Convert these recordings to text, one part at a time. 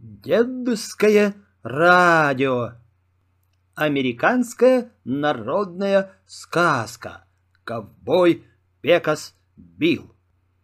Дедовское радио. Американская народная сказка. Ковбой Пекас Билл.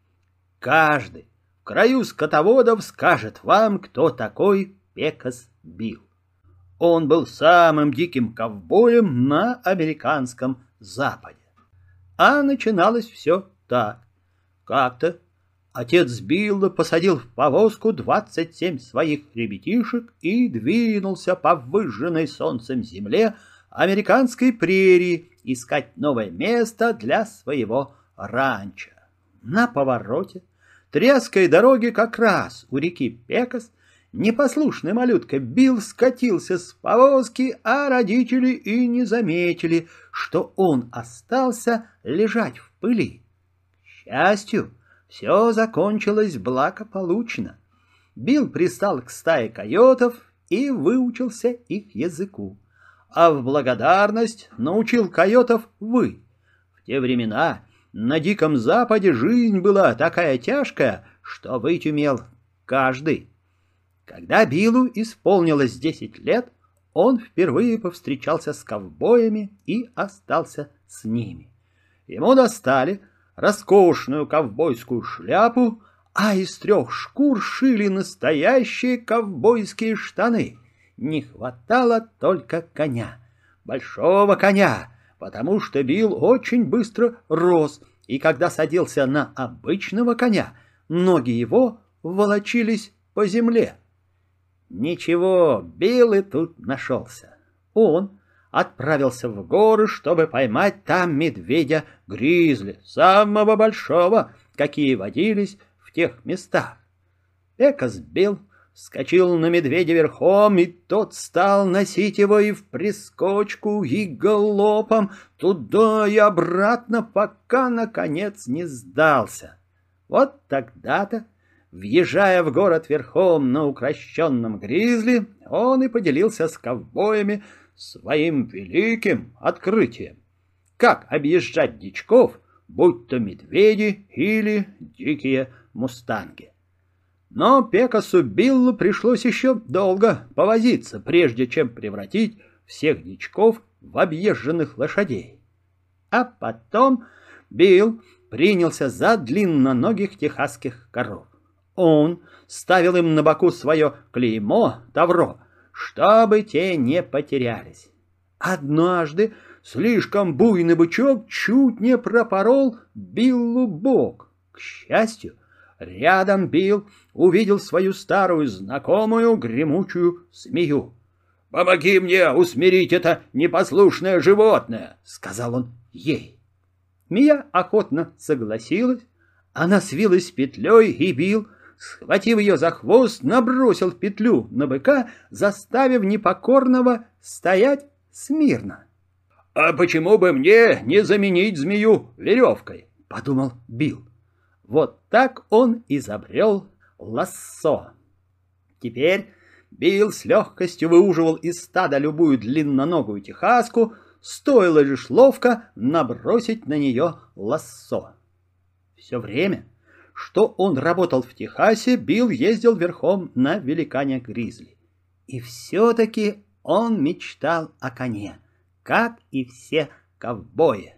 Каждый в краю скотоводов скажет вам, кто такой Пекас Билл. Он был самым диким ковбоем на американском западе. А начиналось все так. Как-то отец Билла посадил в повозку 27 своих ребятишек и двинулся по выжженной солнцем земле американской прерии искать новое место для своего ранчо. На повороте тряской дороги как раз у реки Пекас непослушный малютка Билл скатился с повозки, а родители и не заметили, что он остался лежать в пыли. К счастью, все закончилось благополучно. Билл пристал к стае койотов и выучился их языку, а в благодарность научил койотов выть. В те времена на Диком Западе жизнь была такая тяжкая, что выть умел каждый. Когда Биллу исполнилось 10 лет, он впервые повстречался с ковбоями и остался с ними. Ему достали роскошную ковбойскую шляпу, а из 3 шкур шили настоящие ковбойские штаны. Не хватало только коня, большого коня, потому что Билл очень быстро рос, и когда садился на обычного коня, ноги его волочились по земле. Ничего, Билл и тут нашелся. Он отправился в горы, чтобы поймать там медведя-гризли, самого большого, какие водились в тех местах. Пекас Билл вскочил на медведя верхом, и тот стал носить его и в прискочку, и галопом, туда и обратно, пока, наконец, не сдался. Вот тогда-то, въезжая в город верхом на укращенном гризли, он и поделился с ковбоями своим великим открытием. Как объезжать дичков, будь то медведи или дикие мустанги. Но Пекасу Биллу пришлось еще долго повозиться, прежде чем превратить всех дичков в объезженных лошадей. А потом Билл принялся за длинноногих техасских коров. Он ставил им на боку свое клеймо, тавро, чтобы те не потерялись. Однажды слишком буйный бычок чуть не пропорол Биллу бок. К счастью, рядом Билл увидел свою старую знакомую гремучую змею. «Помоги мне усмирить это непослушное животное», — сказал он ей. Змея охотно согласилась. Она свилась петлей, и Билл, схватив ее за хвост, набросил петлю на быка, заставив непокорного стоять смирно. «А почему бы мне не заменить змею веревкой?» — подумал Билл. Вот так он изобрел лассо. Теперь Билл с легкостью выуживал из стада любую длинноногую техаску, стоило лишь ловко набросить на нее лассо. Все время, что он работал в Техасе, Билл ездил верхом на великане-гризли. И все-таки он мечтал о коне, как и все ковбои.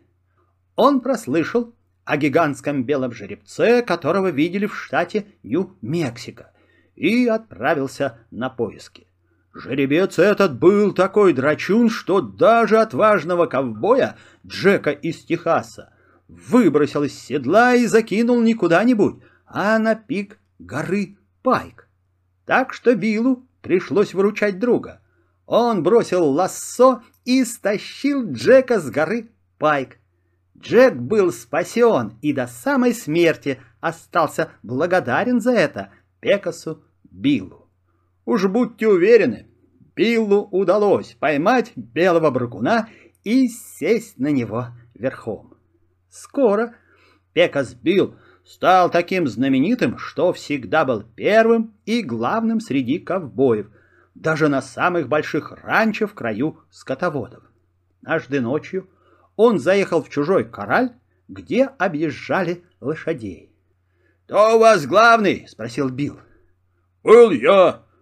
Он прослышал о гигантском белом жеребце, которого видели в штате Нью-Мексико, и отправился на поиски. Жеребец этот был такой драчун, что даже отважного ковбоя Джека из Техаса выбросил из седла и закинул не куда-нибудь, а на пик горы Пайк. Так что Биллу пришлось выручать друга. Он бросил лассо и стащил Джека с горы Пайк. Джек был спасен и до самой смерти остался благодарен за это Пекасу Биллу. Уж будьте уверены, Биллу удалось поймать белого бракуна и сесть на него верхом. Скоро Пекас Билл стал таким знаменитым, что всегда был первым и главным среди ковбоев, даже на самых больших ранчо в краю скотоводов. Однажды ночью он заехал в чужой кораль, где объезжали лошадей. «Кто у вас главный?» — спросил Билл. «Был я»,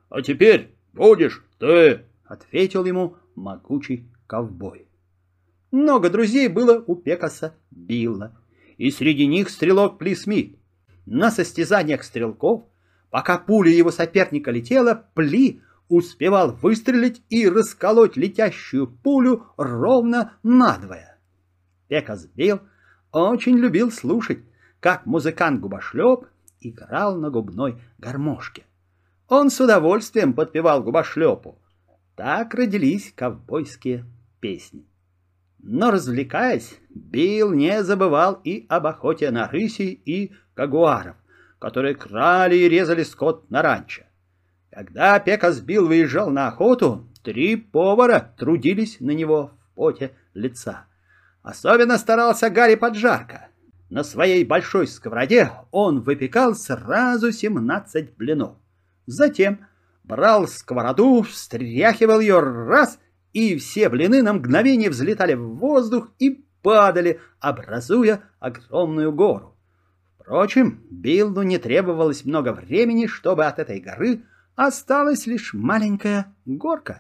а теперь будешь ты, — ответил ему могучий ковбой. Много друзей было у Пекаса Билла, и среди них стрелок Пли Смит. На состязаниях стрелков, пока пуля его соперника летела, Пли успевал выстрелить и расколоть летящую пулю ровно надвое. Пекас Билл очень любил слушать, как музыкант-губошлеп играл на губной гармошке. Он с удовольствием подпевал губошлепу. Так родились ковбойские песни. Но, развлекаясь, Билл не забывал и об охоте на рысей и ягуаров, которые крали и резали скот на ранчо. Когда Пекас Билл выезжал на охоту, 3 повара трудились на него в поте лица. Особенно старался Гарри Поджарко. На своей большой сковороде он выпекал сразу 17 блинов. Затем брал сковороду, встряхивал ее раз, и все блины на мгновение взлетали в воздух и падали, образуя огромную гору. Впрочем, Биллу не требовалось много времени, чтобы от этой горы осталась лишь маленькая горка.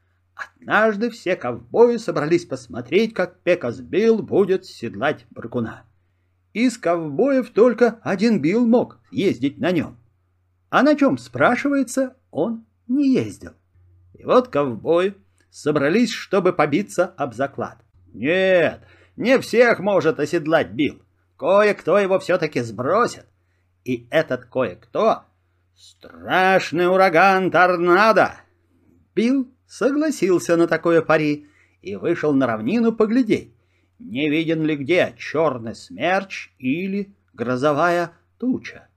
Однажды все ковбои собрались посмотреть, как Пекас Билл будет седлать бракуна. Из ковбоев только один Билл мог ездить на нем. А на чем, спрашивается, он не ездил. И вот ковбои собрались, чтобы побиться об заклад. Нет, не всех может оседлать Билл. Кое-кто его все-таки сбросит. И этот кое-кто — страшный ураган-торнадо. Билл согласился на такое пари и вышел на равнину поглядеть, не виден ли где черный смерч или грозовая туча.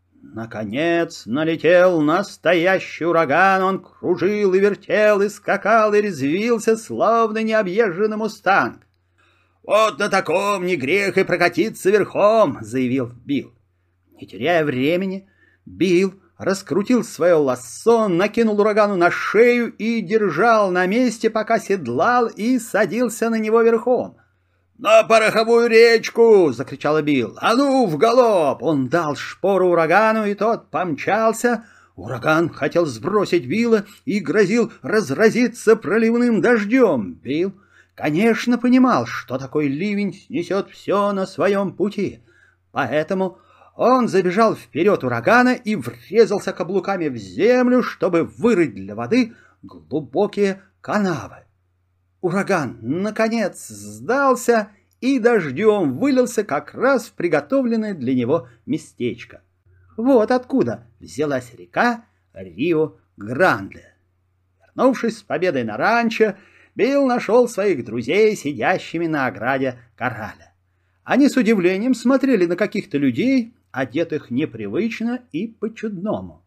Наконец налетел настоящий ураган, он кружил и вертел, и скакал, и резвился, словно необъезженный мустанг. «Вот на таком не грех и прокатиться верхом», — заявил Билл. Не теряя времени, Билл раскрутил свое лассо, накинул урагану на шею и держал на месте, пока седлал и садился на него верхом. «На пороховую речку!» — закричал Билл. «А ну, в галоп!» Он дал шпору урагану, и тот помчался. Ураган хотел сбросить Билла и грозил разразиться проливным дождем. Билл, конечно, понимал, что такой ливень снесет все на своем пути. Поэтому он забежал вперед урагана и врезался каблуками в землю, чтобы вырыть для воды глубокие канавы. Ураган, наконец, сдался и дождем вылился как раз в приготовленное для него местечко. Вот откуда взялась река Рио-Гранде. Вернувшись с победой на ранчо, Билл нашел своих друзей, сидящими на ограде корраля. Они с удивлением смотрели на каких-то людей, одетых непривычно и по-чудному.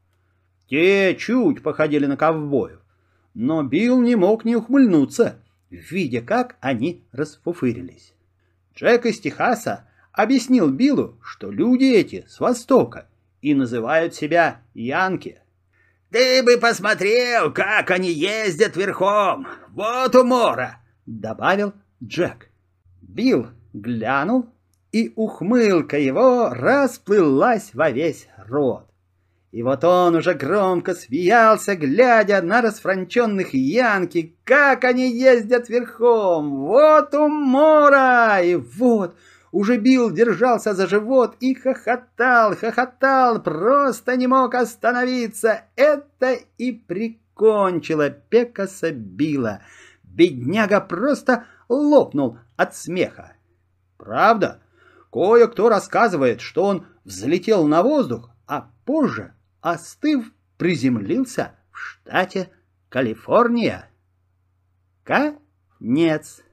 Те чуть походили на ковбоев, но Билл не мог не ухмыльнуться, видя, как они расфуфырились. Джек из Техаса объяснил Биллу, что люди эти с Востока и называют себя янки. «Ты бы посмотрел, как они ездят верхом! Вот умора!» — добавил Джек. Билл глянул, и ухмылка его расплылась во весь рот. И вот он уже громко смеялся, глядя на расфранченных янки, как они ездят верхом. Вот умора! И вот уже Билл держался за живот и хохотал, просто не мог остановиться. Это и прикончило Пекаса Билла. Бедняга просто лопнул от смеха. Правда, кое-кто рассказывает, что он взлетел на воздух, а позже, остыв, приземлился в штате Калифорния. Конец.